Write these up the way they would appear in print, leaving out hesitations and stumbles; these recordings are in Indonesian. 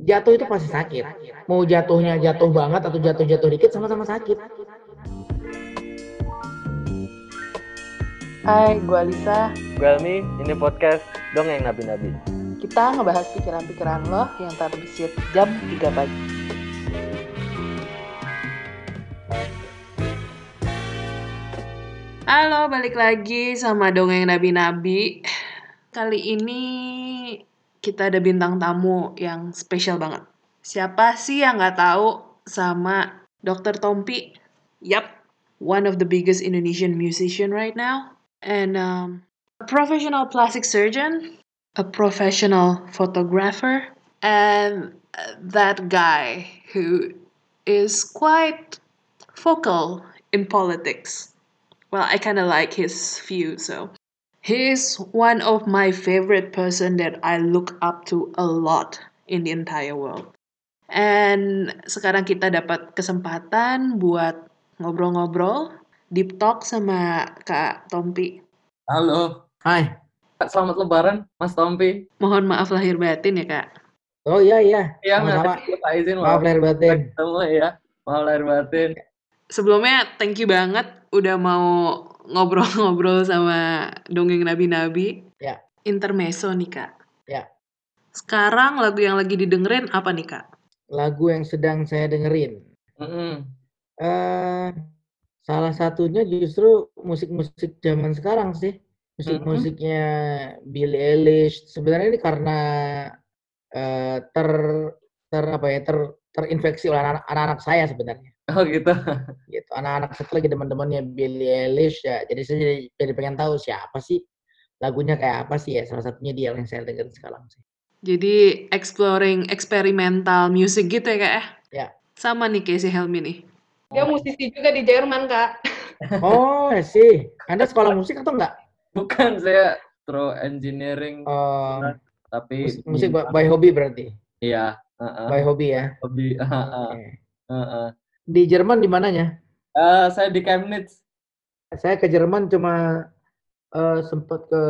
Jatuh itu pasti sakit. Mau jatuhnya jatuh banget atau jatuh-jatuh dikit sama-sama sakit. Hai, gue Alisa. Gue Elmi, ini podcast Dongeng Nabi-Nabi. Kita ngebahas pikiran-pikiran lo yang terbesit jam 3 pagi. Halo, balik lagi sama Dongeng Nabi-Nabi. Kali ini kita ada bintang tamu yang spesial banget. Siapa sih yang nggak tahu sama Dr. Tompi? Yup, one of the biggest Indonesian musician right now. And a professional plastic surgeon, a professional photographer, and that guy who is quite vocal in politics. Well, I kind of like his view, so he's one of my favorite person that I look up to a lot in the entire world. And sekarang kita dapat kesempatan buat ngobrol-ngobrol, deep talk sama Kak Tompi. Halo, Hai. selamat Lebaran, Mas Tompi. Mohon maaf lahir batin ya, Kak. Oh iya, Iya, sama-sama. Pak izin Maaf lahir batin. Ketemu ya, maaf lahir batin. Sebelumnya, thank you banget udah mau ngobrol-ngobrol sama Dongeng Nabi-Nabi. Ya. Intermezzo nih, Kak. Ya. Sekarang lagu yang lagi didengerin apa nih, Kak? Lagu yang sedang saya dengerin. Salah satunya justru musik-musik zaman sekarang sih. Musik-musiknya Billie Eilish. Sebenarnya ini karena terinfeksi oleh anak-anak saya sebenarnya. Oh gitu. Gitu. Anak-anak saya lagi teman-temannya Billie Eilish ya. Jadi saya jadi pengen tahu siapa sih lagunya kayak apa sih ya. Salah satunya dia yang saya dengerin sekarang sih. Jadi exploring experimental music gitu ya, Kak ya? Ya. Sama nih kayak si Helmi nih. Dia musisi juga di Jerman, Kak. Oh, sih. Anda sekolah musik atau enggak? Bukan, saya through engineering. Tapi musik by hobi berarti? Iya. By hobi ya? Hobi. Di Jerman di mananya? Saya di Chemnitz. Saya ke Jerman cuma sempat ke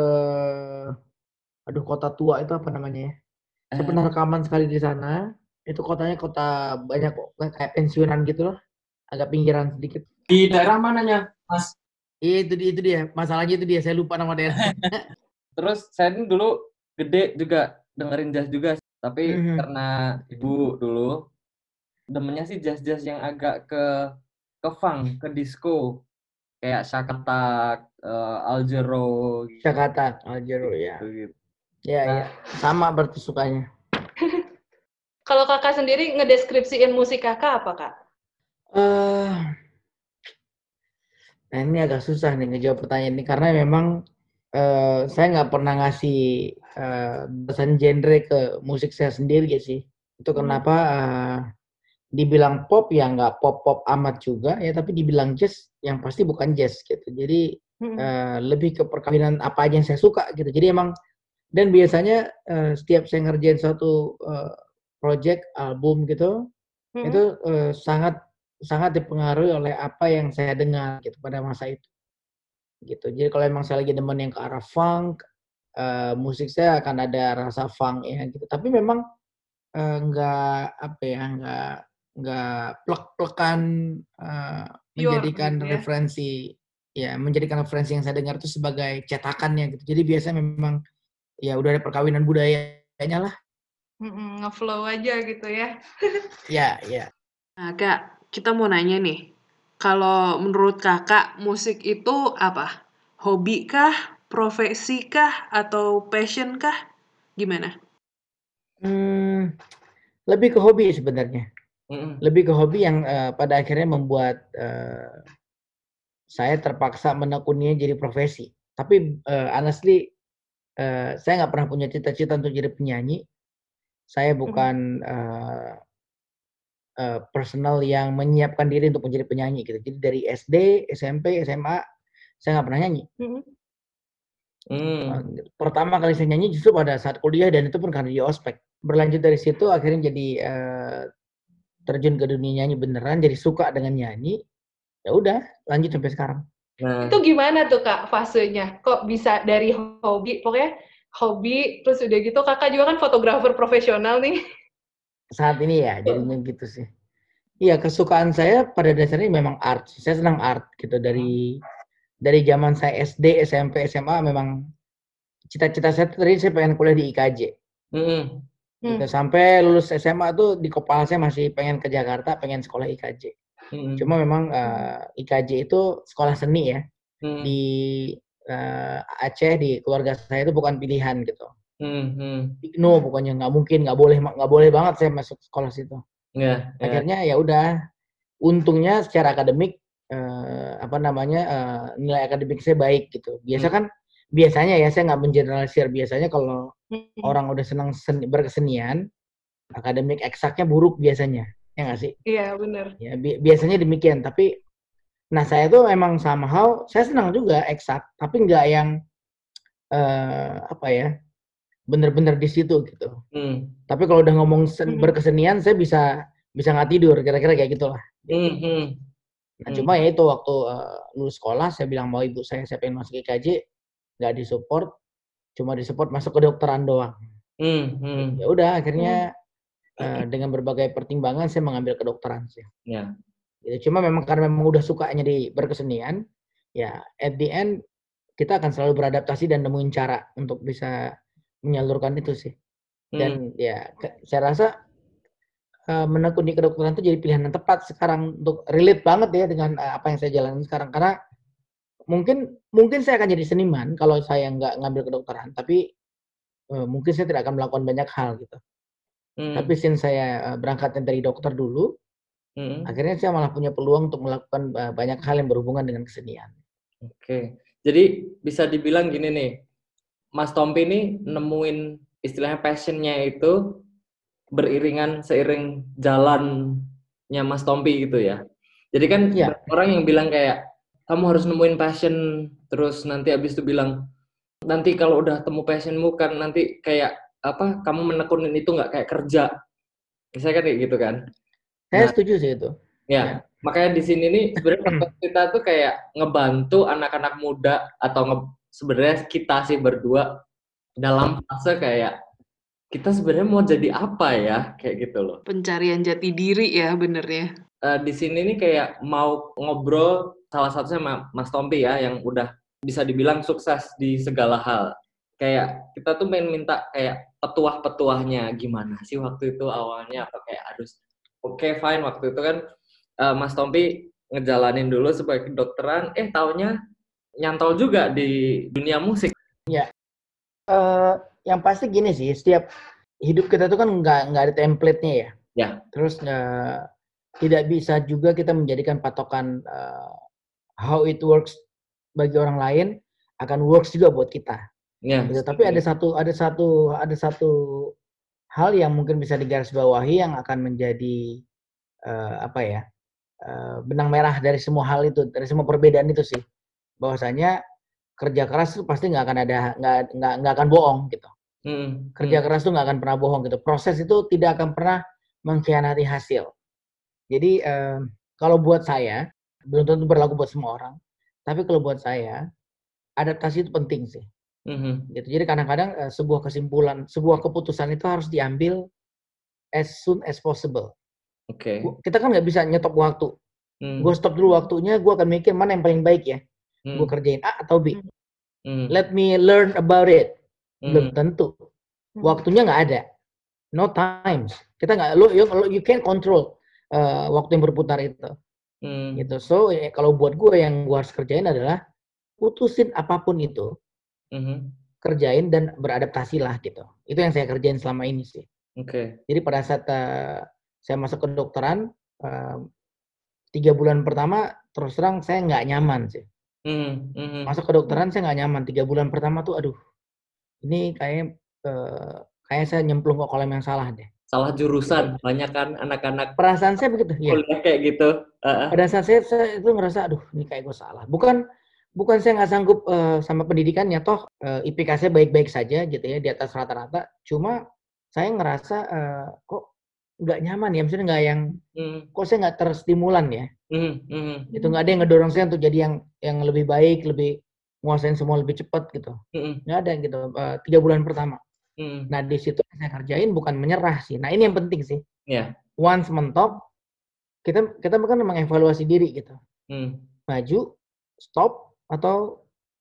kota tua itu apa namanya ya? Saya pernah rekaman sekali di sana. Itu kotanya kota banyak kayak pensiunan gitu loh. Agak pinggiran sedikit. Di daerah mananya, Mas? Itu dia. Masalahnya itu dia. Saya lupa nama daerah. Terus saya ini dulu gede juga dengerin jazz juga. Tapi karena ibu dulu demennya sih jazz-jazz yang agak ke funk, ke disco. Kayak Shack Attack, Algero. Shack Attack, Algero ya. Gitu. Ya. Sama berarti sukanya. Kalau kakak sendiri ngedeskripsiin musik kakak apa, Kak? Nah ini agak susah nih ngejawab pertanyaan ini karena memang saya nggak pernah ngasih batasan genre ke musik saya sendiri ya sih. Itu kenapa dibilang pop ya nggak pop amat juga ya, tapi dibilang jazz yang pasti bukan jazz gitu. Jadi lebih ke perkawinan apa aja yang saya suka gitu. Jadi emang dan biasanya setiap saya ngerjain suatu project album gitu itu sangat dipengaruhi oleh apa yang saya dengar gitu pada masa itu gitu. Jadi kalau emang saya lagi demen yang ke arah funk, musik saya akan ada rasa funk ya gitu. Tapi memang nggak plek-plekan menjadikan referensi yang saya dengar itu sebagai cetakannya gitu. Jadi biasanya memang ya udah ada perkawinan budayanya lah. Ngeflow aja gitu ya. Ya. Nah, Kak, kita mau nanya nih. Kalau menurut Kakak, musik itu apa? Hobi kah? Profesi kah? Atau passion kah? Gimana? Lebih ke hobi sebenarnya. Lebih ke hobi yang pada akhirnya membuat saya terpaksa menekuninya jadi profesi. Tapi honestly, saya nggak pernah punya cita-cita untuk jadi penyanyi. Saya bukan personal yang menyiapkan diri untuk menjadi penyanyi gitu. Jadi dari SD, SMP, SMA, saya nggak pernah nyanyi. Pertama kali saya nyanyi justru pada saat kuliah dan itu pun karena di ospek. Berlanjut dari situ akhirnya jadi terjun ke dunia nyanyi beneran, jadi suka dengan nyanyi. Ya udah, lanjut sampai sekarang. Itu gimana tuh, Kak, fasenya? Kok bisa dari hobi, pokoknya hobi terus udah gitu Kakak juga kan fotografer profesional nih. saat ini ya, jadinya gitu sih. Iya, kesukaan saya pada dasarnya memang art. Saya senang art gitu dari zaman saya SD, SMP, SMA memang cita-cita saya tadi saya pengen kuliah di IKJ. Gitu. Sampai lulus SMA tuh di kepala saya masih pengen ke Jakarta, pengen sekolah IKJ. Cuma memang IKJ itu sekolah seni ya. Di Aceh, di keluarga saya itu bukan pilihan gitu. No, pokoknya nggak boleh banget saya masuk sekolah situ. Akhirnya ya udah, untungnya secara akademik nilai akademik saya baik gitu. Biasanya ya, saya nggak mengeneralisir, biasanya kalau orang udah senang berkesenian, akademik eksaknya buruk biasanya, ya nggak sih? Iya, benar. Ya, biasanya demikian. Tapi, nah saya tuh emang somehow saya senang juga eksak, tapi nggak yang bener-bener di situ gitu. Tapi kalau udah ngomong berkesenian, saya bisa nggak tidur, kira-kira kayak gitulah. Nah, cuma ya itu waktu lulus sekolah, saya bilang mau ibu saya pengen masuk IKJ, nggak disupport, cuma disupport masuk kedokteran doang. Ya udah, akhirnya dengan berbagai pertimbangan saya mengambil kedokteran sih. Gitu. Cuma memang karena memang udah sukanya di berkesenian, ya at the end kita akan selalu beradaptasi dan nemuin cara untuk bisa menyalurkan itu sih. Dan ya saya rasa menekuni kedokteran itu jadi pilihan yang tepat sekarang untuk relate banget ya dengan apa yang saya jalani sekarang, karena mungkin saya akan jadi seniman kalau saya nggak ngambil kedokteran, tapi mungkin saya tidak akan melakukan banyak hal gitu. Tapi since saya berangkatnya dari dokter dulu, akhirnya saya malah punya peluang untuk melakukan banyak hal yang berhubungan dengan kesenian. Oke, jadi bisa dibilang gini nih, Mas Tompi ini nemuin istilahnya passionnya itu seiring jalannya Mas Tompi gitu ya. Jadi kan orang yang bilang kayak kamu harus nemuin passion, terus nanti abis itu bilang nanti kalau udah temu passionmu kan nanti kayak apa, kamu menekunin itu nggak kayak kerja. Saya kan kayak gitu kan. Saya setuju sih itu. Ya, makanya di sini nih sebenarnya kita tuh kayak ngebantu anak-anak muda atau sebenarnya kita sih berdua dalam fase kayak kita sebenarnya mau jadi apa ya, kayak gitu loh. Pencarian jati diri ya benernya. Di sini nih kayak mau ngobrol salah satunya sama Mas Tompi ya, yang udah bisa dibilang sukses di segala hal. Kayak kita tuh pengen minta kayak petuah-petuahnya gimana sih waktu itu awalnya, apa kayak harus oke, fine waktu itu kan Mas Tompi ngejalanin dulu sebagai kedokteran, taunya nyantol juga di dunia musik. Ya, yang pasti gini sih, setiap hidup kita tuh kan nggak ada template-nya ya. Ya. Terus tidak bisa juga kita menjadikan patokan how it works bagi orang lain akan works juga buat kita. Ya. Gitu. Tapi ada satu hal yang mungkin bisa digarisbawahi yang akan menjadi benang merah dari semua hal itu, dari semua perbedaan itu sih, bahwasanya kerja keras itu pasti nggak akan bohong gitu. Kerja keras itu nggak akan pernah bohong gitu. Proses itu tidak akan pernah mengkhianati hasil. Jadi kalau buat saya, belum tentu berlaku buat semua orang, tapi kalau buat saya adaptasi itu penting sih. Gitu. Jadi kadang-kadang sebuah keputusan itu harus diambil as soon as possible. Kita kan nggak bisa nyetop waktu. Gue stop dulu waktunya, gue akan mikir mana yang paling baik ya. Gue kerjain A atau B. Let me learn about it. Belum tentu. Waktunya nggak ada. No times. Kita nggak, you can't control waktu yang berputar itu. Gitu. So kalau buat gue yang gue harus kerjain adalah putusin apapun itu, kerjain dan beradaptasi lah gitu. Itu yang saya kerjain selama ini sih. Jadi pada saat saya masuk ke kedokteran, 3 bulan pertama terus terang saya nggak nyaman sih. Masuk kedokteran saya nggak nyaman. 3 bulan pertama tuh, aduh, ini kayak saya nyemplung ke kolam yang salah deh. Salah jurusan, banyak kan anak-anak. Perasaan saya begitu, ya. Kayak gitu. Pada saat saya itu ngerasa, aduh, ini kayak gue salah. Bukan saya nggak sanggup sama pendidikannya, toh IPK saya baik-baik saja gitu ya, di atas rata-rata. Cuma saya ngerasa kok nggak nyaman ya, maksudnya nggak yang, kok saya nggak terstimulan ya. Itu nggak ada yang ngedorong saya untuk jadi yang lebih baik, lebih nguasain semua lebih cepat gitu. Nggak ada gitu. 3 bulan pertama. Nah di situ saya kerjain bukan menyerah sih. Nah ini yang penting sih. Iya. Once mentok, kita kan mengevaluasi diri gitu. Maju, stop, atau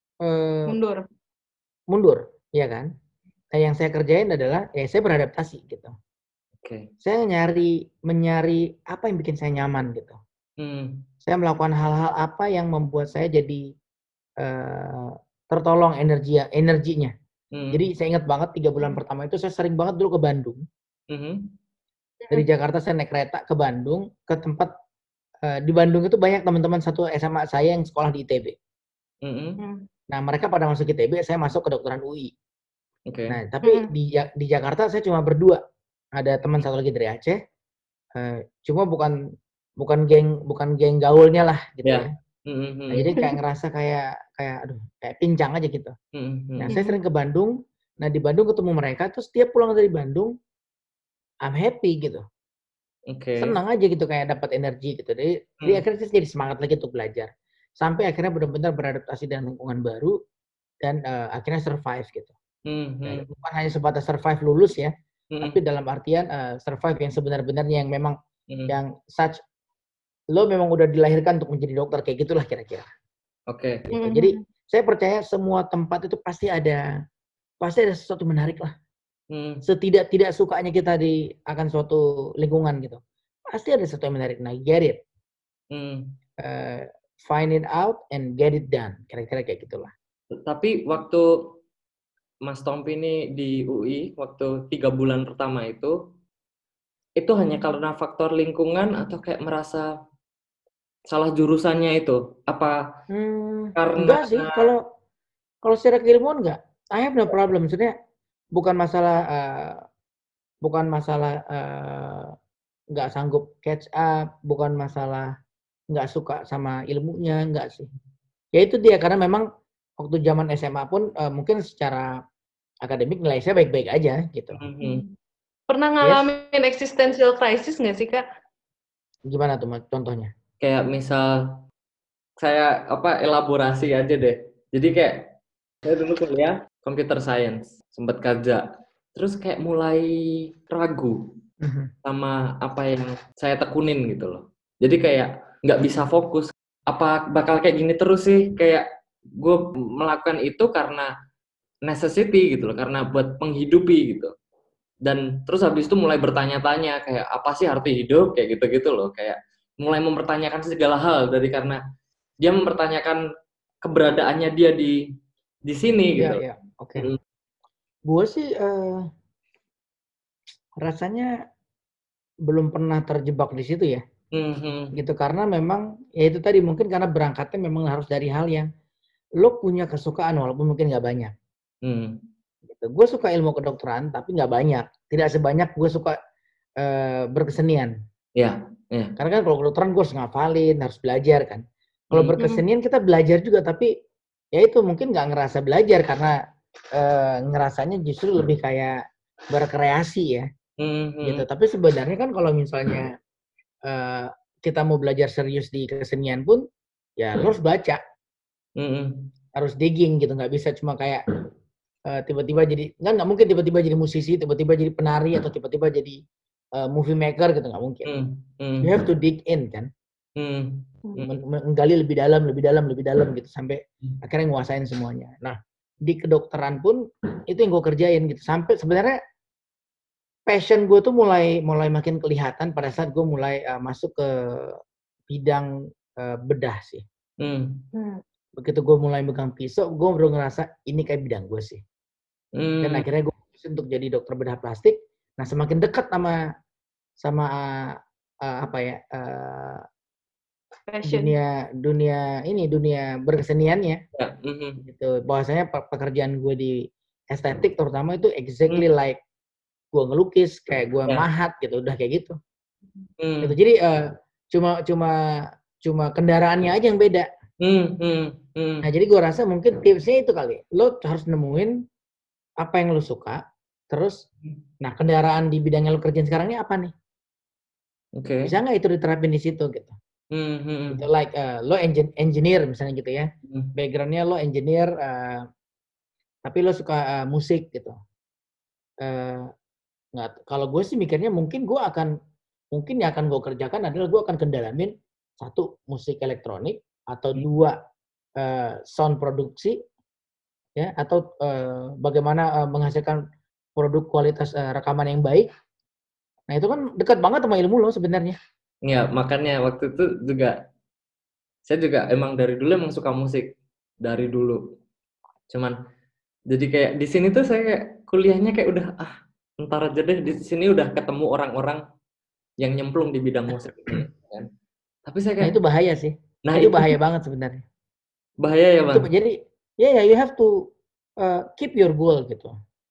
mundur, ya kan? Nah, yang saya kerjain adalah saya beradaptasi gitu. Saya mencari apa yang bikin saya nyaman gitu. Saya melakukan hal-hal apa yang membuat saya jadi tertolong energinya. Jadi saya ingat banget 3 bulan pertama itu saya sering banget dulu ke Bandung. Dari Jakarta saya naik kereta ke Bandung, ke tempat di Bandung itu banyak teman-teman satu SMA saya yang sekolah di ITB. Nah, mereka pada masuk ITB, saya masuk kedokteran UI. Nah, tapi di Jakarta saya cuma berdua. Ada teman satu lagi dari Aceh. Cuma bukan geng gaulnya lah gitu ya. Nah, jadi kayak ngerasa kayak aduh, kayak pincang aja gitu. Nah, saya sering ke Bandung. Nah, di Bandung ketemu mereka, terus setiap pulang dari Bandung, I'm happy gitu. Senang aja gitu, kayak dapat energi gitu. Jadi akhirnya saya jadi semangat lagi untuk belajar. Sampai akhirnya benar-benar beradaptasi dengan lingkungan baru dan akhirnya survive gitu. Bukan hanya sebatas survive lulus ya, tapi dalam artian survive yang sebenar-benarnya, yang memang yang lo memang udah dilahirkan untuk menjadi dokter, kayak gitulah kira-kira. Gitu. Jadi saya percaya semua tempat itu pasti ada sesuatu menarik lah. Setidak sukanya kita akan suatu lingkungan gitu, pasti ada sesuatu yang menarik. Nah, get it, find it out and get it done, kira-kira kayak gitulah. Tapi waktu Mas Tompi ini di UI, waktu 3 bulan pertama itu hanya karena faktor lingkungan atau kayak merasa salah jurusannya itu? Apa karena... Enggak sih, kalau secara keilmuan enggak. I have no problem. Maksudnya bukan masalah nggak sanggup catch up, bukan masalah nggak suka sama ilmunya, enggak sih. Ya itu dia, karena memang waktu zaman SMA pun mungkin secara akademik nilai saya baik-baik aja gitu. Pernah ngalamin existential crisis nggak sih, Kak? Gimana tuh contohnya? Kayak misal saya elaborasi aja deh. Jadi kayak saya dulu kuliah computer science, sempat kerja. Terus kayak mulai ragu sama apa yang saya tekunin gitu loh. Jadi kayak nggak bisa fokus. Apa bakal kayak gini terus sih? Kayak gue melakukan itu karena necessity gitu loh, karena buat menghidupi gitu. Dan terus habis itu mulai bertanya-tanya kayak apa sih arti hidup, kayak gitu-gitu loh. Kayak mulai mempertanyakan segala hal karena dia mempertanyakan keberadaannya dia di sini gitu. Iya, oke. Gue sih rasanya belum pernah terjebak di situ ya. Gitu, karena memang ya itu tadi, mungkin karena berangkatnya memang harus dari hal yang lo punya kesukaan walaupun mungkin nggak banyak. Gitu. Gue suka ilmu kedokteran tapi nggak banyak, tidak sebanyak gue suka berkesenian. Karena kan kalau kedokteran gue harus ngafalin, harus belajar kan. Kalau berkesenian kita belajar juga, tapi ya itu mungkin nggak ngerasa belajar karena ngerasanya justru lebih kayak berkreasi ya. Gitu. Tapi sebenarnya kan kalau misalnya kita mau belajar serius di kesenian pun ya lo harus baca, harus digging gitu. Nggak bisa cuma kayak tiba-tiba jadi, nggak mungkin tiba-tiba jadi musisi, tiba-tiba jadi penari, atau tiba-tiba jadi movie maker gitu, nggak mungkin. You have to dig in kan, menggali lebih dalam gitu sampai akhirnya nguasain semuanya. Nah, di kedokteran pun itu yang gue kerjain gitu, sampai sebenarnya passion gue tuh mulai makin kelihatan pada saat gue mulai masuk ke bidang bedah sih. Begitu gue mulai megang pisau, gue baru ngerasa ini kayak bidang gue sih. Dan akhirnya gue putus untuk jadi dokter bedah plastik. Nah, semakin dekat sama dunia berkeseniannya. Gitu. Bahwasanya pekerjaan gue di estetik terutama itu exactly like gue ngelukis, kayak gue mahat gitu, udah kayak gitu. Gitu. Jadi cuma kendaraannya aja yang beda. Nah, jadi gue rasa mungkin tipsnya itu kali, lo harus nemuin apa yang lo suka, terus nah kendaraan di bidang yang lo kerjain sekarang ini apa nih? Bisa nggak itu diterapin di situ gitu? Gitu, like lo engineer misalnya gitu ya, backgroundnya lo engineer, tapi lo suka musik gitu. Nggak, kalau gue sih mikirnya mungkin gue akan mungkin yang akan gue kerjakan adalah gue akan kendalamin satu musik elektronik atau dua sound produksi ya atau bagaimana menghasilkan produk kualitas rekaman yang baik. Nah itu kan dekat banget sama ilmu lo sebenarnya. Ya makanya waktu itu juga saya juga emang dari dulu emang suka musik dari dulu. Cuman jadi kayak di sini tuh saya kayak kuliahnya kayak udah ntar aja deh, di sini udah ketemu orang-orang yang nyemplung di bidang musik ini kan. Tapi saya Nah kayak itu bahaya sih. nah Itu itu bahaya banget sebenarnya. bahaya ya, Itu Bang. jadi ya you have to keep your goal gitu.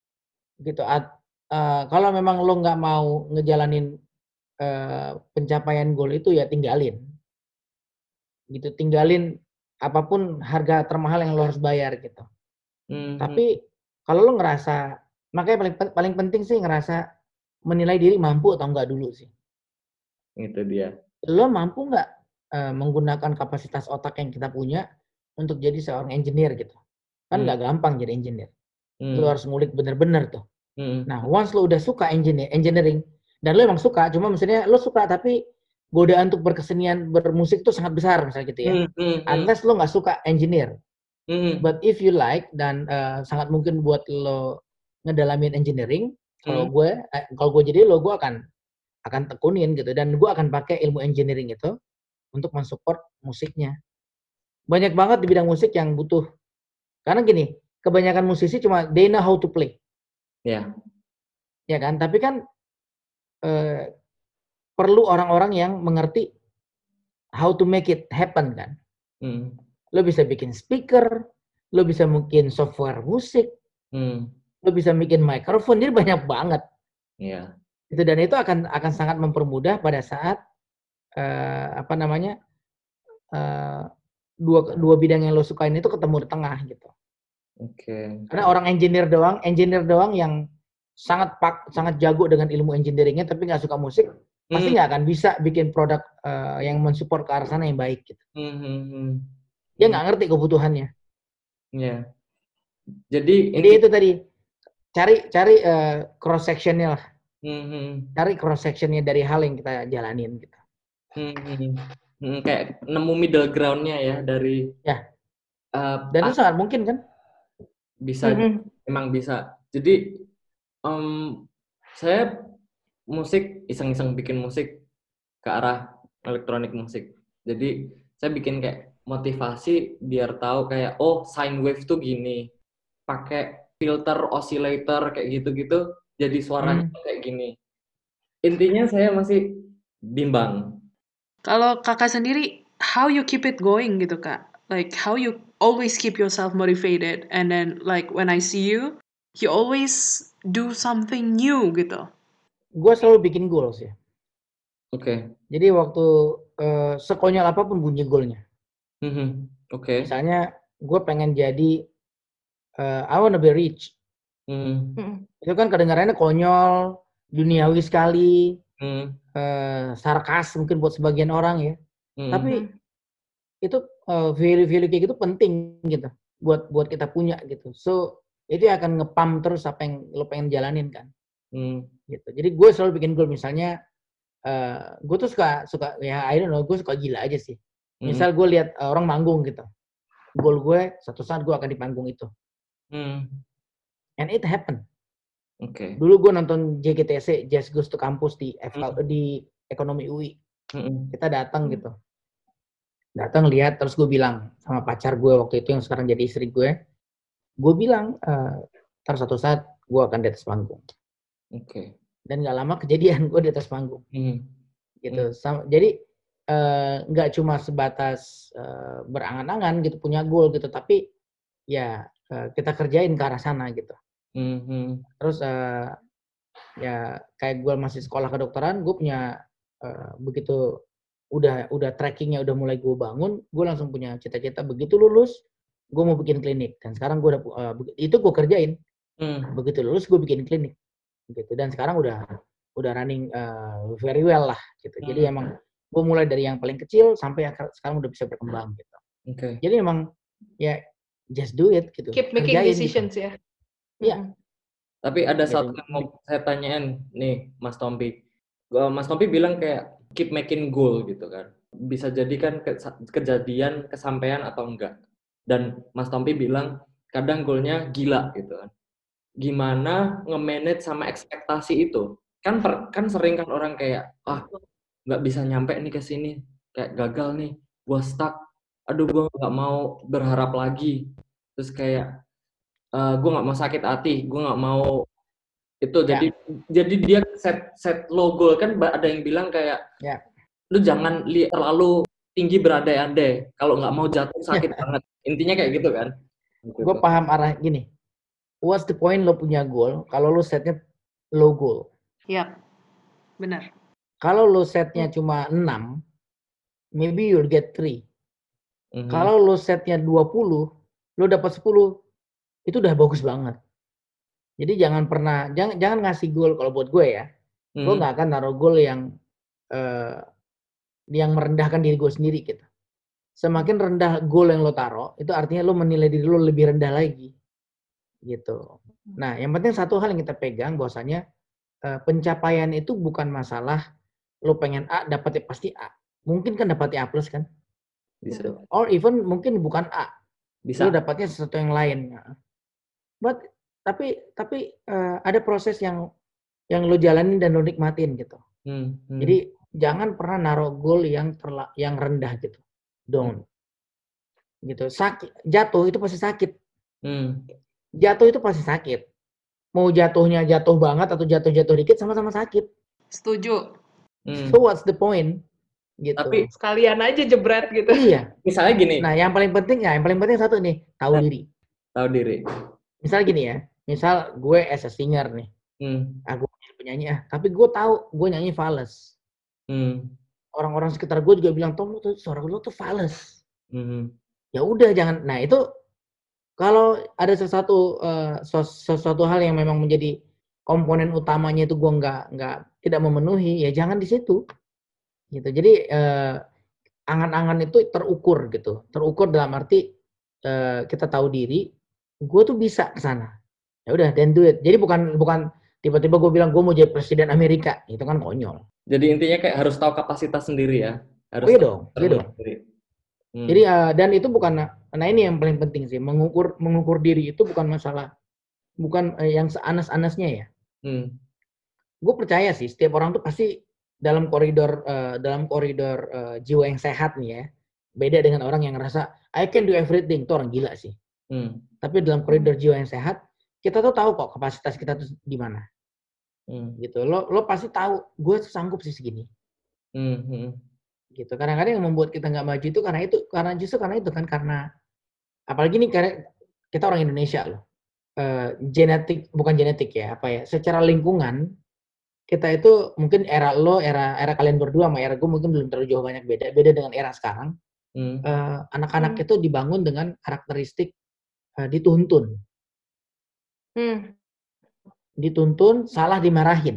Kalau memang lo nggak mau ngejalanin pencapaian goal itu ya tinggalin. Gitu, tinggalin apapun harga termahal yang lo harus bayar gitu. Tapi kalau lo ngerasa, makanya paling penting sih ngerasa menilai diri mampu atau enggak dulu sih. Itu dia. Lo mampu nggak menggunakan kapasitas otak yang kita punya untuk jadi seorang engineer gitu. Kan nggak gampang jadi engineer. Lo harus ngulik bener-bener tuh. Nah, once lo udah suka engineering, dan lo emang suka, cuma misalnya lo suka tapi godaan untuk berkesenian, bermusik itu sangat besar misalnya gitu ya. Unless lo nggak suka engineer. But if you like, dan sangat mungkin buat lo ngedalamin engineering, kalau gue jadi lo, gue akan tekunin gitu, dan gue akan pakai ilmu engineering itu untuk mensupport musiknya. Banyak banget di bidang musik yang butuh, karena gini, kebanyakan musisi cuma they know how to play. Ya kan, tapi kan perlu orang-orang yang mengerti how to make it happen kan. Lo bisa bikin speaker, lo bisa mungkin software musik, lo bisa bikin mikrofon, jadi banyak banget. Itu, dan itu akan sangat mempermudah pada saat dua bidang yang lo sukain itu ketemu di tengah gitu. Karena orang engineer doang yang sangat jago dengan ilmu engineeringnya tapi nggak suka musik, pasti nggak akan bisa bikin produk yang mensupport ke arah sana yang baik gitu. Dia nggak ngerti kebutuhannya. Jadi itu tadi, cari cross sectionnya lah. Cari cross sectionnya dari hal yang kita jalanin gitu. Kayak nemu middle groundnya ya dari. Dan itu sangat mungkin kan? Bisa, emang bisa. Jadi saya musik iseng-iseng bikin musik ke arah elektronik musik. Jadi saya bikin kayak motivasi biar tahu kayak sine wave tuh gini, pakai filter oscillator kayak gitu-gitu, jadi suaranya kayak gini. Intinya saya masih bimbang. Kalau kakak sendiri, how you keep it going gitu kak? Like how you always keep yourself motivated, and then like when I see you always do something new gitu. Gue selalu bikin goals ya. Jadi waktu sekonyol apapun bunyi goalnya. Misalnya gue pengen jadi I wanna be rich. Itu kan kedengarannya konyol, duniawi sekali, sarkas mungkin buat sebagian orang ya. Tapi itu value kayak gitu penting gitu buat kita punya gitu. So itu akan ngepam terus apa yang lo pengen jalanin kan. Gitu. Jadi gue selalu bikin goal, misalnya gue tuh suka ya I don't know, gue suka gila aja sih. Misal gue lihat orang manggung gitu, goal gue satu saat gue akan di panggung itu. And it happen. Dulu gue nonton JGTC, Jazz Goes to Campus di Ekonomi UI. Kita datang gitu. Datang lihat, terus gue bilang sama pacar gue waktu itu yang sekarang jadi istri gue bilang ntar satu saat gue akan di atas panggung. Dan nggak lama kejadian gue di atas panggung. Gitu. Jadi nggak cuma sebatas berangan-angan gitu, punya goal gitu, tapi ya kita kerjain ke arah sana gitu. Terus ya kayak gue masih sekolah kedokteran, gue punya begitu udah trackingnya udah mulai gue bangun, gue langsung punya cita-cita begitu lulus gue mau bikin klinik, dan sekarang gue itu gue kerjain. Begitu lulus gue bikin klinik gitu, dan sekarang udah running very well lah gitu. Jadi emang gue mulai dari yang paling kecil sampai sekarang udah bisa berkembang gitu. Jadi emang ya just do it gitu. Keep making decisions gitu. Ya. Tapi ada satu yang mau saya tanyain nih Mas Tompi. Mas Tompi bilang kayak keep making goal gitu kan. Bisa jadi kan kejadian kesampaian atau enggak. Dan Mas Tompi bilang kadang goalnya gila gitu kan. Gimana nge-manage sama ekspektasi itu? Kan sering kan orang kayak nggak bisa nyampe nih ke sini, kayak gagal nih, gua stuck. Aduh, gua nggak mau berharap lagi. Terus kayak gue nggak mau sakit hati, gue nggak mau itu. Jadi dia set low goal kan. Ada yang bilang kayak lu jangan terlalu tinggi berandai-andai, kalau nggak mau jatuh sakit banget. Intinya kayak gitu kan. Gue paham arah gini. What's the point lo punya goal kalau lo setnya low goal? Yap, benar. Kalau lo setnya cuma 6, maybe you'll get 3. Kalau lo setnya 20, lo dapat 10, itu udah bagus banget. Jadi jangan ngasih goal. Kalau buat gue ya, gue nggak akan naruh goal yang merendahkan diri gue sendiri gitu. Semakin rendah goal yang lo taruh, itu artinya lo menilai diri lo lebih rendah lagi gitu. Nah, yang penting satu hal yang kita pegang, bahwasanya pencapaian itu bukan masalah lo pengen A dapatnya pasti A. Mungkin kan dapatnya A plus kan? Bisa. Or even mungkin bukan A. Bisa. Lo dapatnya sesuatu yang lain. Tapi ada proses yang lo jalanin dan lo nikmatin gitu. Jadi jangan pernah naruh goal yang rendah gitu. Don't. Gitu. Jatuh itu pasti sakit. Jatuh itu pasti sakit. Mau jatuhnya jatuh banget atau jatuh dikit, sama-sama sakit. Setuju. So what's the point? Gitu. Tapi sekalian aja jebret gitu. Iya. Misalnya gini. Nah, yang paling penting satu nih, tahu diri. Tahu diri. Misal gini ya. Misal gue as a singer nih. Aku penyanyi tapi gue tahu gue nyanyi fals. Orang-orang sekitar gue juga bilang, "Tom, suara lu tuh fals." Ya udah jangan. Nah, itu kalau ada sesuatu hal yang memang menjadi komponen utamanya itu gue tidak memenuhi, ya jangan di situ. Gitu. Jadi angan-angan itu terukur gitu. Terukur dalam arti kita tahu diri, gue tuh bisa ke sana. Ya udah, then do it. Jadi bukan tiba-tiba gue bilang gue mau jadi presiden Amerika, itu kan konyol. Jadi intinya kayak harus tahu kapasitas sendiri ya. Harus iya dong. Jadi dan itu bukan, nah ini yang paling penting sih, mengukur diri itu bukan masalah, bukan yang seanas-anasnya ya. Gue percaya sih setiap orang tuh pasti dalam koridor jiwa yang sehat nih ya. Beda dengan orang yang ngerasa I can do everything, itu orang gila sih. Tapi dalam koridor jiwa yang sehat, kita tuh tahu kok kapasitas kita tuh di mana. Gitu. Lo pasti tahu gue sanggup sih segini. Gitu. Kadang-kadang yang membuat kita nggak maju itu karena itu kan, karena apalagi nih karena kita orang Indonesia loh. Bukan genetik ya, secara lingkungan kita itu mungkin era kalian berdua sama era gue mungkin belum terlalu jauh banyak beda dengan era sekarang. Anak-anak itu dibangun dengan karakteristik dituntun. Dituntun, salah dimarahin.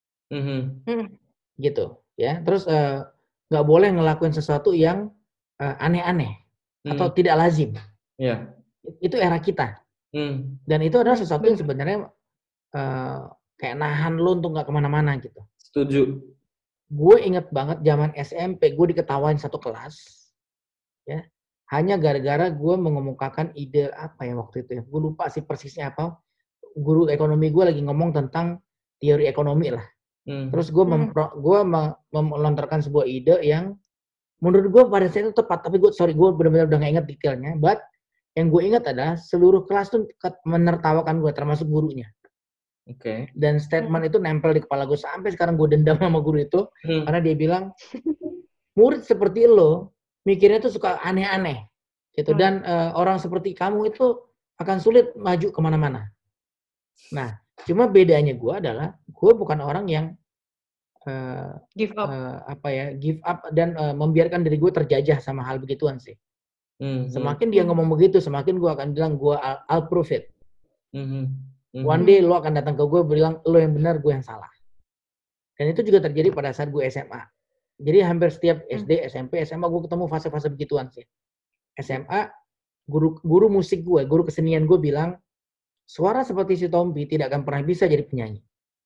Gitu ya. Terus nggak boleh ngelakuin sesuatu yang aneh-aneh atau tidak lazim. Itu era kita. Dan itu adalah sesuatu yang sebenarnya kayak nahan lo untuk nggak kemana-mana gitu. Setuju. Gue inget banget zaman SMP gue diketawain satu kelas, ya hanya gara-gara gue mengemukakan ide apa ya waktu itu ya. Gue lupa sih persisnya apa. Guru ekonomi gue lagi ngomong tentang teori ekonomi lah. Terus gue melontarkan sebuah ide yang menurut gue pada saat itu tepat, tapi gue benar-benar udah gak ingat detailnya. But yang gue ingat adalah seluruh kelas tuh menertawakan gue, termasuk gurunya. Dan statement itu nempel di kepala gue sampai sekarang. Gue dendam sama guru itu karena dia bilang murid seperti lo mikirnya tuh suka aneh-aneh gitu, dan orang seperti kamu itu akan sulit maju kemana-mana. Nah, cuma bedanya gue adalah gue bukan orang yang give up dan membiarkan diri gue terjajah sama hal begituan sih. Semakin dia ngomong begitu, semakin gue akan bilang I'll prove it. One day lo akan datang ke gue bilang lo yang benar, gue yang salah. Dan itu juga terjadi pada saat gue SMA. Jadi hampir setiap SD, SMP, SMA gue ketemu fase-fase begituan sih. SMA, guru musik gue, guru kesenian gue bilang, suara seperti si Tompi tidak akan pernah bisa jadi penyanyi.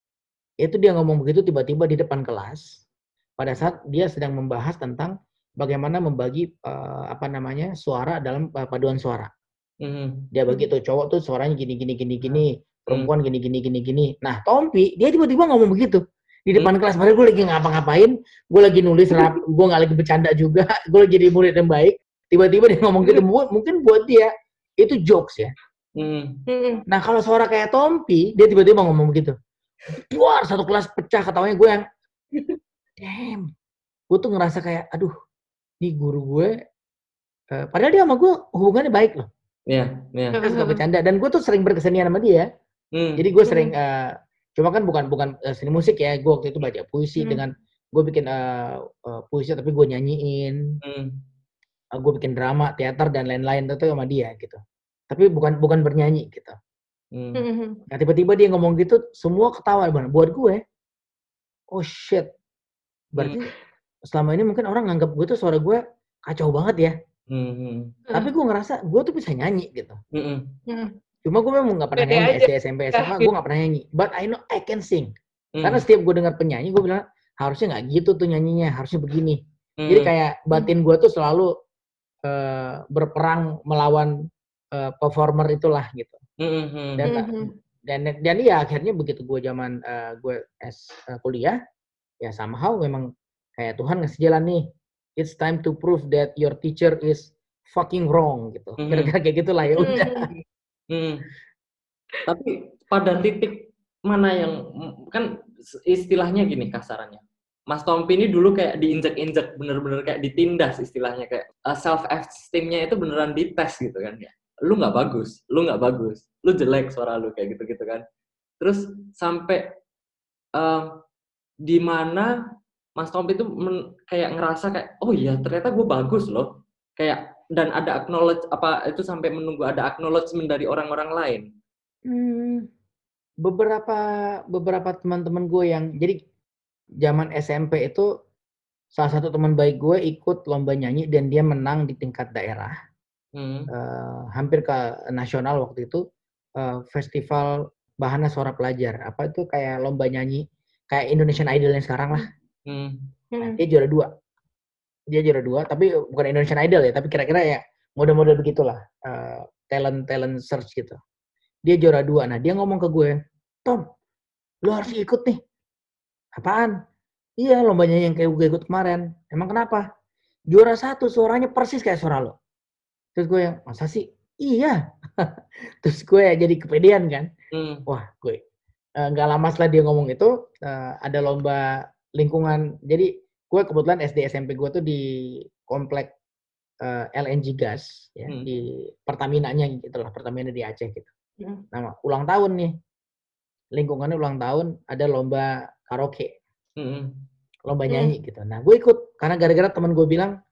Itu dia ngomong begitu tiba-tiba di depan kelas, pada saat dia sedang membahas tentang bagaimana membagi suara dalam paduan suara. Dia bagi tuh cowok tuh suaranya gini, perempuan gini. Nah, Tompi dia tiba-tiba ngomong begitu di depan kelas. Padahal gue lagi ngapa-ngapain, gue lagi nulis gue nggak lagi bercanda juga, gue lagi jadi murid yang baik. Tiba-tiba dia ngomong gitu, mungkin buat dia itu jokes ya. Nah, kalau suara kayak Tompi, dia tiba-tiba ngomong begitu. Wah, satu kelas pecah ketawanya, gue yang damn. Gue tuh ngerasa kayak, aduh, ini guru gue. Padahal dia sama gue hubungannya baik loh. Iya. Kita suka bercanda. Dan gue tuh sering berkesenian sama dia. Jadi gue sering, cuma kan bukan seni musik ya. Gue waktu itu baca puisi dengan, gue bikin puisi tapi gue nyanyiin. Gue bikin drama, teater, dan lain-lain itu sama dia gitu. Tapi bukan bernyanyi gitu. Nah, tiba-tiba dia ngomong gitu, semua ketawa. Buat gue, oh shit. Berarti selama ini mungkin orang nganggap gue tuh suara gue kacau banget ya. Tapi gue ngerasa gue tuh bisa nyanyi gitu. Cuma gue memang gak pernah nyanyi SD, SMP, SMA, gue gak pernah nyanyi. But I know I can sing. Karena setiap gue dengar penyanyi, gue bilang harusnya gak gitu tuh nyanyinya, harusnya begini. Jadi kayak batin gue tuh selalu berperang melawan performer itulah gitu. Dan ya akhirnya begitu gue zaman gue kuliah, ya somehow memang kayak Tuhan ngasih jalan nih. It's time to prove that your teacher is fucking wrong gitu. Kira-kira kayak gitulah ya udah. Tapi pada titik mana yang kan istilahnya gini kasarannya. Mas Tompi ini dulu kayak diinjek-injek, bener-bener kayak ditindas istilahnya, kayak self esteem-nya itu beneran dites gitu kan ya. Lu nggak bagus, lu jelek suara lu kayak gitu-gitu kan. Terus sampai di mana Mas Tompi itu kayak ngerasa kayak oh iya ternyata gue bagus loh, kayak dan ada acknowledge apa itu sampai menunggu ada acknowledgement dari orang-orang lain. Beberapa teman-teman gue yang jadi zaman SMP itu salah satu teman baik gue ikut lomba nyanyi dan dia menang di tingkat daerah, hampir ke nasional waktu itu, festival Bahana Suara Pelajar, apa itu kayak lomba nyanyi kayak Indonesian Idol yang sekarang lah. Nah, dia juara 2, tapi bukan Indonesian Idol ya, tapi kira-kira ya model-model begitulah, talent search gitu. Dia juara 2. Nah, dia ngomong ke gue, Tom, lu harus ikut nih. Apaan? Iya, lombanya yang kayak gue ikut kemarin. Emang kenapa? Juara 1, suaranya persis kayak suara lo. Terus gue yang, masa sih? Iya. Terus gue jadi kepedean kan. Wah, gue. Nggak lama setelah dia ngomong itu, ada lomba lingkungan. Jadi gue kebetulan SD SMP gue tuh di komplek LNG gas. Ya, di Pertamina-nya gitu lah. Pertamina di Aceh gitu. Nah, ulang tahun nih. Lingkungannya ulang tahun, ada lomba karaoke, lomba nyanyi gitu. Nah, gue ikut karena gara-gara teman gue bilang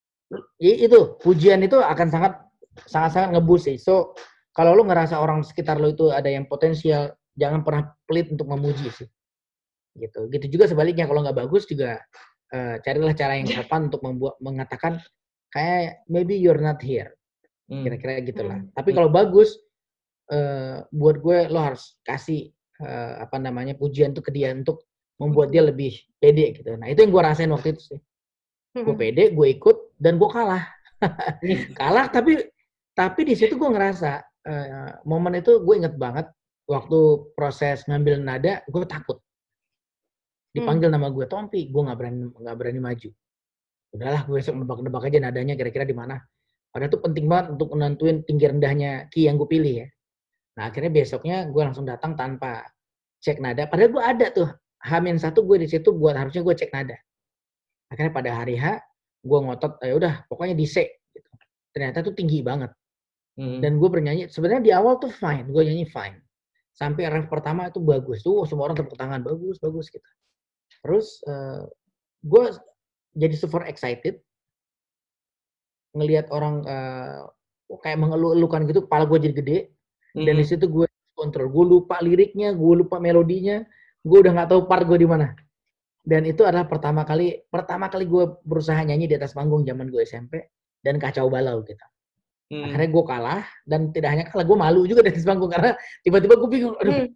itu pujian itu akan sangat ngeboost sih. So kalau lo ngerasa orang sekitar lo itu ada yang potensial, jangan pernah pelit untuk memuji sih. Gitu juga sebaliknya, kalau nggak bagus juga carilah cara yang sopan untuk mengatakan kayak maybe you're not here, kira-kira gitulah. Tapi kalau bagus, buat gue lo harus kasih pujian tuh ke dia untuk membuat dia lebih pede gitu. Nah, itu yang gue rasain waktu itu sih. Gue pede, gue ikut dan gue kalah. Kalah tapi di situ gue ngerasa momen itu gue inget banget waktu proses ngambil nada, gue takut. Dipanggil nama gue, Tompi, gue nggak berani maju. Udahlah, gue besok nebak-nebak aja nadanya kira-kira di mana. Padahal itu penting banget untuk menentuin tinggi rendahnya key yang gue pilih ya. Nah, akhirnya besoknya gue langsung datang tanpa cek nada. Padahal gue ada tuh, H-1 gue di situ buat harusnya gue cek nada. Akhirnya pada hari H, gue ngotot, ya udah pokoknya di C. Gitu. Ternyata tuh tinggi banget. Dan gue bernyanyi, sebenarnya di awal tuh fine, gue nyanyi fine. Sampai ref pertama itu bagus. Tuh semua orang tepuk tangan, bagus gitu. Terus gue jadi super excited. Ngelihat orang kayak mengeluh-elukan gitu, kepala gue jadi gede. Dan di situ gue kontrol, gue lupa liriknya, gue lupa melodinya, gue udah nggak tahu part gue di mana. Dan itu adalah pertama kali gue berusaha nyanyi di atas panggung zaman gue SMP dan kacau balau gitu. Akhirnya gue kalah dan tidak hanya kalah, gue malu juga di atas panggung karena tiba-tiba gue bingung, aduh,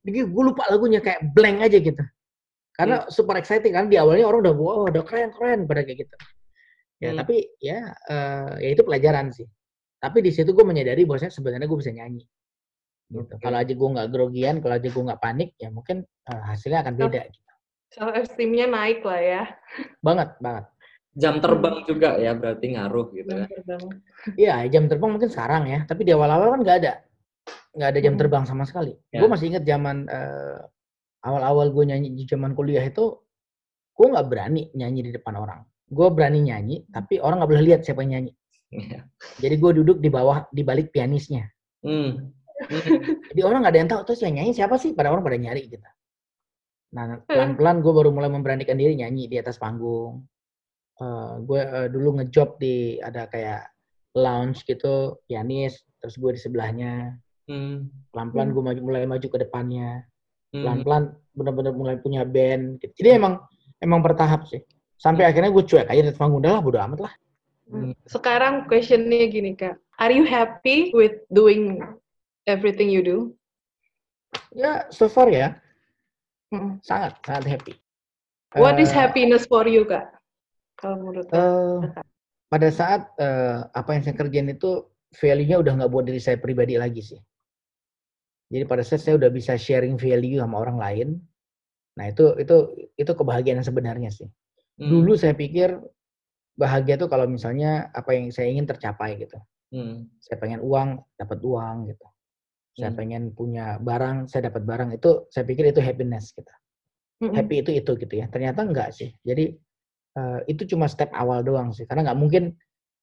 gue lupa lagunya, kayak blank aja gitu. Karena super exciting kan, di awalnya orang udah wow, udah keren pada kayak gitu. Ya tapi ya itu pelajaran sih. Tapi di situ gue menyadari bahwasanya sebenarnya gue bisa nyanyi. Gitu. Kalau aja gue nggak grogian, kalau aja gue nggak panik, ya mungkin hasilnya akan beda. Gitu. Self esteem-nya naik lah ya. Banget. Jam terbang juga ya berarti ngaruh gitu ya. Iya, jam terbang mungkin sekarang ya, tapi di awal-awal kan nggak ada jam terbang sama sekali. Gue masih ingat zaman awal-awal gue nyanyi di zaman kuliah itu, gue nggak berani nyanyi di depan orang. Gue berani nyanyi, tapi orang nggak boleh lihat siapa yang nyanyi. Jadi gue duduk di balik pianisnya. Jadi orang nggak ada yang tahu terus yang nyanyi siapa sih, pada orang pada nyari gitu. Nah pelan-pelan gue baru mulai memberanikan diri nyanyi di atas panggung. Gue dulu ngejob di ada kayak lounge gitu, pianis, terus gue di sebelahnya. Pelan-pelan gue mulai maju ke depannya. Pelan-pelan benar-benar mulai punya band gitu. Jadi emang bertahap sih. Sampai akhirnya gue cuek aja di atas panggung, udah lah bodo amat lah. Sekarang questionnya gini Kak, are you happy with doing everything you do? Ya so far ya, sangat happy. What is happiness for you Kak? Kalau menurut Kak? Pada saat apa yang saya kerjain itu value-nya udah nggak buat diri saya pribadi lagi sih. Jadi pada saat saya udah bisa sharing value sama orang lain, nah itu kebahagiaan yang sebenarnya sih. Dulu saya pikir bahagia tuh kalau misalnya apa yang saya ingin tercapai gitu. Saya pengen uang, dapat uang gitu. Saya pengen punya barang, saya dapat barang, itu saya pikir itu happiness gitu. Happy itu gitu ya. Ternyata enggak sih. Jadi itu cuma step awal doang sih. Karena nggak mungkin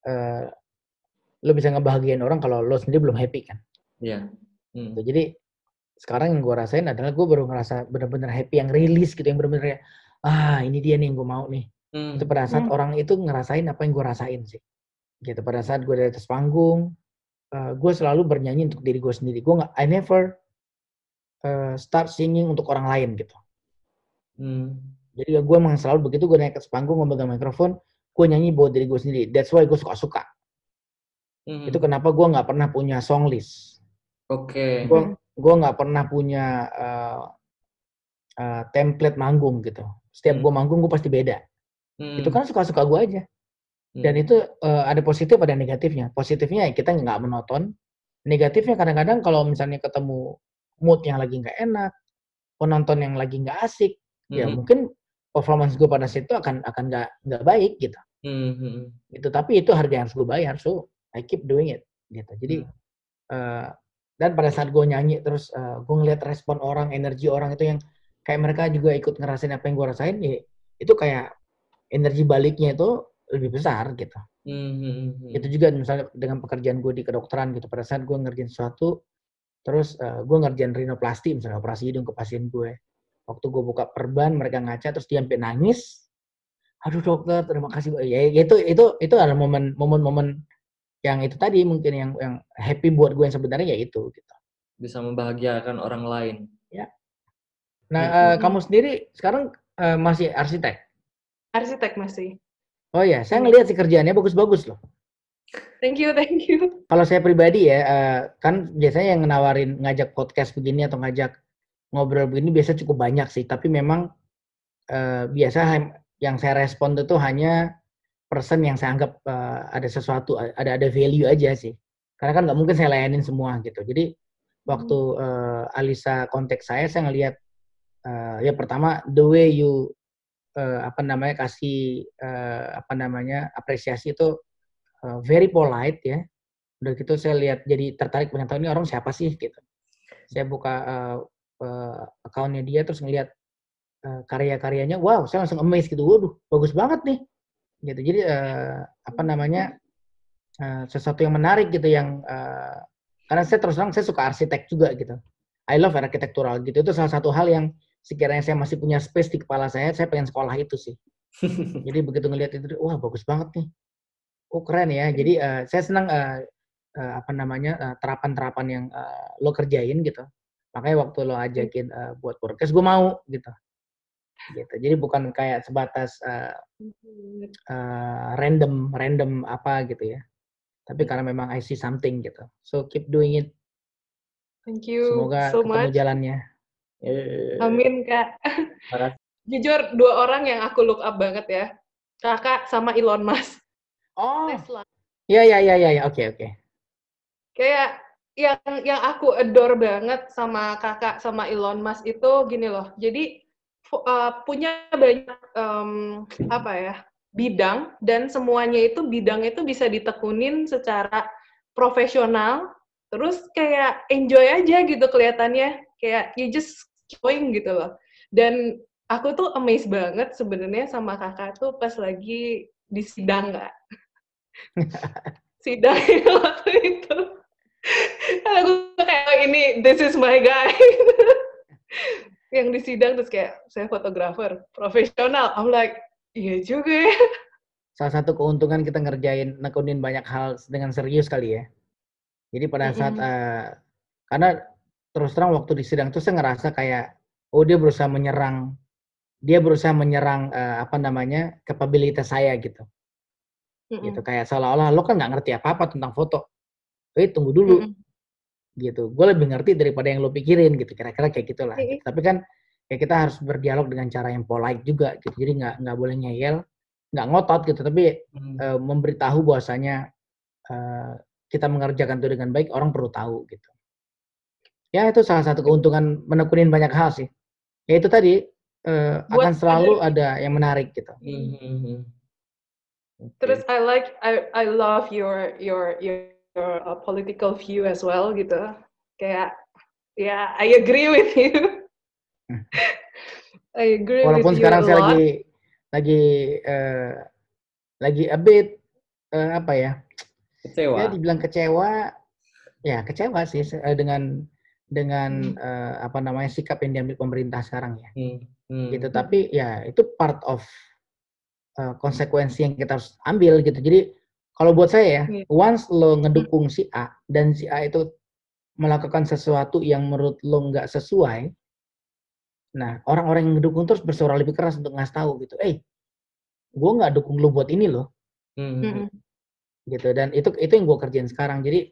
lo bisa ngebahagiain orang kalau lo sendiri belum happy kan. Iya. Gitu. Jadi sekarang yang gue rasain adalah gue baru ngerasa benar-benar happy, yang rilis gitu, yang benar-benar ini dia nih yang gue mau nih. Itu pada saat orang itu ngerasain apa yang gue rasain sih. Gitu. Pada saat gue di atas panggung, gue selalu bernyanyi untuk diri gue sendiri. I never start singing untuk orang lain gitu. Jadi gue emang selalu begitu, gue naik ke panggung, gue megang mikrofon, gue nyanyi buat diri gue sendiri. That's why gue suka-suka. Itu kenapa gue nggak pernah punya song list. Oke. Gue nggak pernah punya template manggung gitu. Setiap gue manggung gue pasti beda. Itu kan suka-suka gue aja. Dan itu ada positif, ada negatifnya. Positifnya kita nggak monoton. Negatifnya kadang-kadang kalau misalnya ketemu mood yang lagi nggak enak, penonton yang lagi nggak asik, ya mungkin performance gue pada situ akan nggak baik gitu. Gitu. Tapi itu harga yang harus gue bayar, so I keep doing it. Gitu. Jadi dan pada saat gue nyanyi terus gue ngeliat respon orang, energi orang itu yang kayak mereka juga ikut ngerasain apa yang gue rasain, ya itu kayak energi baliknya itu lebih besar gitu. Itu juga misalnya dengan pekerjaan gue di kedokteran gitu, pada saat gue ngerjain sesuatu, terus gue ngerjain rinoplasti misalnya, operasi hidung ke pasien gue. Waktu gue buka perban, mereka ngaca terus dia sampai nangis. Aduh dokter, terima kasih. Ya itu adalah momen-momen yang itu tadi mungkin yang happy buat gue yang sebenarnya ya itu gitu. Bisa membahagiakan orang lain. Ya. Nah, kamu sendiri sekarang masih arsitek? Arsitek masih. Oh ya, saya ngelihat sih kerjaannya bagus-bagus loh. Thank you. Kalau saya pribadi ya, kan biasanya yang nawarin ngajak podcast begini atau ngajak ngobrol begini biasa cukup banyak sih. Tapi memang biasa yang saya respon itu hanya person yang saya anggap ada sesuatu, ada value aja sih. Karena kan nggak mungkin saya layanin semua gitu. Jadi waktu Alisa kontak saya ngelihat ya pertama the way you kasih apresiasi itu very polite ya. Udah gitu saya lihat jadi tertarik, pengen tahu ini orang siapa sih gitu. Saya buka akunnya dia terus ngelihat karya-karyanya, wow, saya langsung amazed gitu. Waduh, bagus banget nih. Gitu. Jadi sesuatu yang menarik gitu yang karena saya terus terang saya suka arsitek juga gitu. I love architectural gitu. Itu salah satu hal yang sekiranya saya masih punya space di kepala saya pengen sekolah itu sih. Jadi begitu ngelihat itu, wah bagus banget nih. Oh keren ya. Jadi saya senang terapan-terapan yang lo kerjain gitu. Makanya waktu lo ajakin buat podcast gue mau gitu. Jadi bukan kayak sebatas random apa gitu ya. Tapi karena memang I see something gitu. So keep doing it. Thank you Semoga so ketemu much. jalannya. Amin, Kak. Makasih. Jujur, 2 orang yang aku look up banget ya. Kakak sama Elon Musk. Oh, Tesla. ya, oke. Kayak yang aku adore banget sama Kakak sama Elon Musk itu gini loh. Jadi punya banyak apa ya, bidang, dan semuanya itu bidangnya itu bisa ditekunin secara profesional, terus kayak enjoy aja gitu kelihatannya. Kayak you just enjoying gitu loh. Dan aku tuh amazed banget sebenarnya sama Kakak tuh pas lagi di sidang, Kak. Sidang waktu itu. Aku kayak, "Oh, ini this is my guy." Yang di sidang terus kayak, saya fotografer profesional. I'm like, iya juga ya. Salah satu keuntungan kita nekunin banyak hal dengan serius kali ya. Jadi pada saat karena terus terang waktu di sidang tuh saya ngerasa kayak, oh dia berusaha menyerang apa namanya, kapabilitas saya gitu. Gitu kayak seolah-olah lo kan nggak ngerti apa-apa tentang foto. Tunggu dulu. Gitu. Gue lebih ngerti daripada yang lo pikirin gitu. Kira-kira kayak gitulah. Gitu. Tapi kan ya kita harus berdialog dengan cara yang polite juga gitu. Jadi nggak boleh ngeyel, nggak ngotot gitu. Tapi memberitahu bahwasanya kita mengerjakan itu dengan baik, orang perlu tahu gitu. Ya itu salah satu keuntungan menekunin banyak hal sih. Ya itu tadi akan selalu ada yang menarik gitu. Terus I love your political view as well gitu. Kayak ya I agree with you. I agree Walaupun with you sekarang a saya lot. lagi a bit apa ya? Kecewa. Ya dibilang kecewa, ya kecewa sih dengan apa namanya sikap yang diambil pemerintah sekarang ya. Gitu. Tapi ya itu part of konsekuensi yang kita harus ambil gitu. Jadi kalau buat saya ya, once lo ngedukung si A dan si A itu melakukan sesuatu yang menurut lo nggak sesuai, nah orang-orang yang ngedukung terus bersuara lebih keras untuk ngasih tahu gitu, gue nggak dukung lo buat ini lo, gitu. Dan itu yang gue kerjain sekarang. Jadi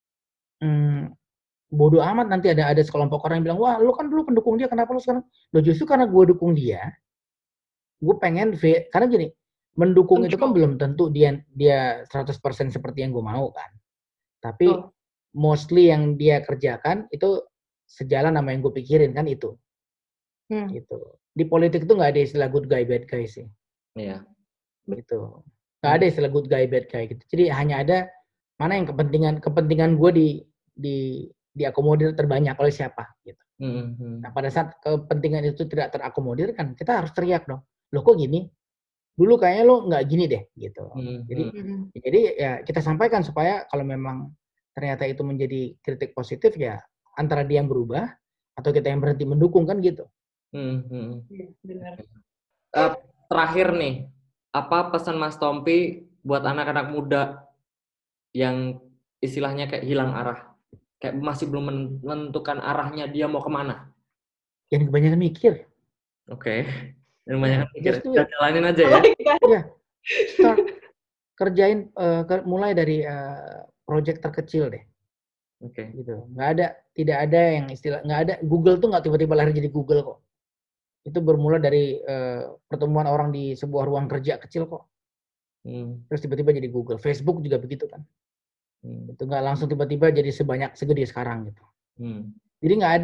bodoh amat nanti ada sekelompok orang yang bilang, wah lo kan dulu pendukung dia, kenapa lo sekarang? Lo justru karena gue dukung dia, gue pengen karena gini, mendukung itu kan belum tentu dia 100% seperti yang gue mau kan. Tapi mostly yang dia kerjakan itu sejalan sama yang gue pikirin kan itu. Gitu. Di politik itu nggak ada istilah good guy bad guy sih. Iya. Gitu. Nggak ada istilah good guy bad guy gitu. Jadi hanya ada mana yang kepentingan gue diakomodir terbanyak oleh siapa gitu. Nah pada saat kepentingan itu tidak terakomodir kan kita harus teriak dong. Loh kok gini? Dulu kayaknya lo nggak gini deh gitu. Jadi ya kita sampaikan supaya kalau memang ternyata itu menjadi kritik positif ya antara dia yang berubah atau kita yang berhenti mendukung kan gitu. Benar. Terakhir nih, apa pesan Mas Tompi buat anak-anak muda yang istilahnya kayak hilang arah, kayak masih belum menentukan arahnya dia mau kemana? Jangan kebanyakan mikir. Oke. Yang banyak mikir, jalanin aja ya. Iya. Start kerjain mulai dari project terkecil deh. Oke. Gitu. Tidak ada yang nggak ada Google tuh nggak tiba-tiba lahir jadi Google kok. Itu bermula dari pertemuan orang di sebuah ruang kerja kecil kok. Terus tiba-tiba jadi Google. Facebook juga begitu kan. Itu nggak langsung tiba-tiba jadi segede sekarang gitu. Jadi nggak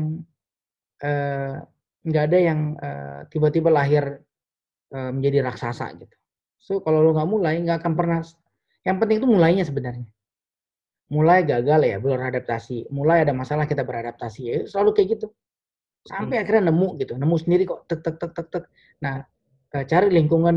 ada yang tiba-tiba lahir menjadi raksasa gitu. So kalau lo nggak mulai nggak akan pernah. Yang penting itu mulainya sebenarnya. Mulai gagal ya beradaptasi. Mulai ada masalah kita beradaptasi ya selalu kayak gitu. Sampai akhirnya nemu sendiri kok tek. Nah cari lingkungan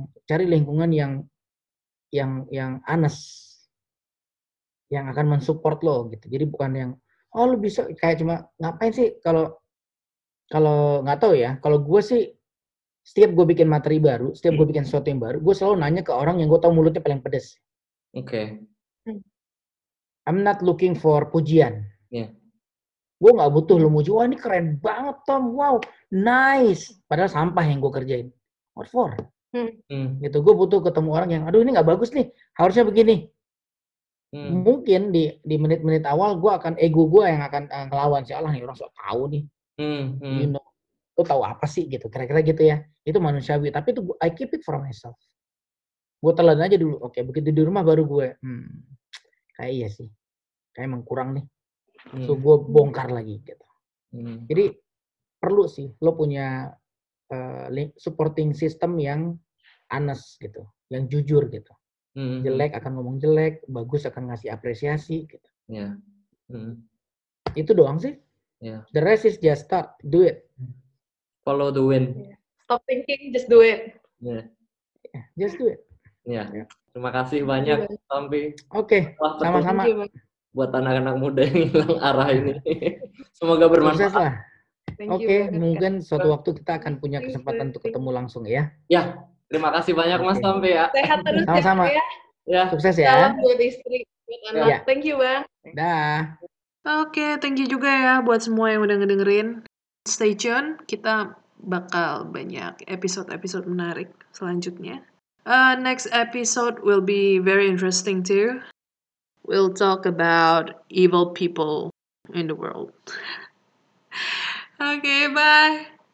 yang honest, yang akan mensupport lo gitu. Jadi bukan yang lo bisa kayak cuma ngapain sih kalau nggak tahu ya. Kalau gue sih setiap gue bikin materi baru, setiap gue bikin sesuatu yang baru, gue selalu nanya ke orang yang gue tahu mulutnya paling pedes. Oke. I'm not looking for pujian. Yeah. Gue nggak butuh lo muji, wah ini keren banget Tom, wow, nice. Padahal sampah yang gue kerjain. What for? Gitu, gue butuh ketemu orang yang, aduh ini nggak bagus nih, harusnya begini. Mungkin di menit-menit awal ego gue yang akan ngelawan, Allah nih orang sok tahu nih. You know, lo tahu apa sih gitu, kira-kira gitu ya. Itu manusiawi, tapi itu I keep it for myself. Gue telan aja dulu. Oke, begitu di rumah baru gue, kayak iya sih, kayak emang kurang nih. So gue bongkar lagi gitu. Jadi perlu sih lo punya supporting system yang honest gitu, yang jujur gitu. Jelek akan ngomong jelek, bagus akan ngasih apresiasi gitu. Itu doang sih. The rest is just start, do it. Follow the wind. Stop thinking, just do it. Just do it. Terima kasih banyak, Tampi. Oke, sama-sama. Buat anak-anak muda yang hilang arah ini. Semoga bermanfaat. Sukses lah. Oke, mungkin suatu waktu kita akan punya kesempatan untuk ketemu langsung ya. Ya, terima kasih banyak Mas Tampi ya. Sehat terus sama-sama. Ya. Sukses ya. Salam buat istri, buat anak. Thank you, Bang. Dah. Oke, thank you juga ya buat semua yang udah ngedengerin. Stay tune, kita bakal banyak episode-episode menarik selanjutnya. Next episode will be very interesting too. We'll talk about evil people in the world. Okay, bye.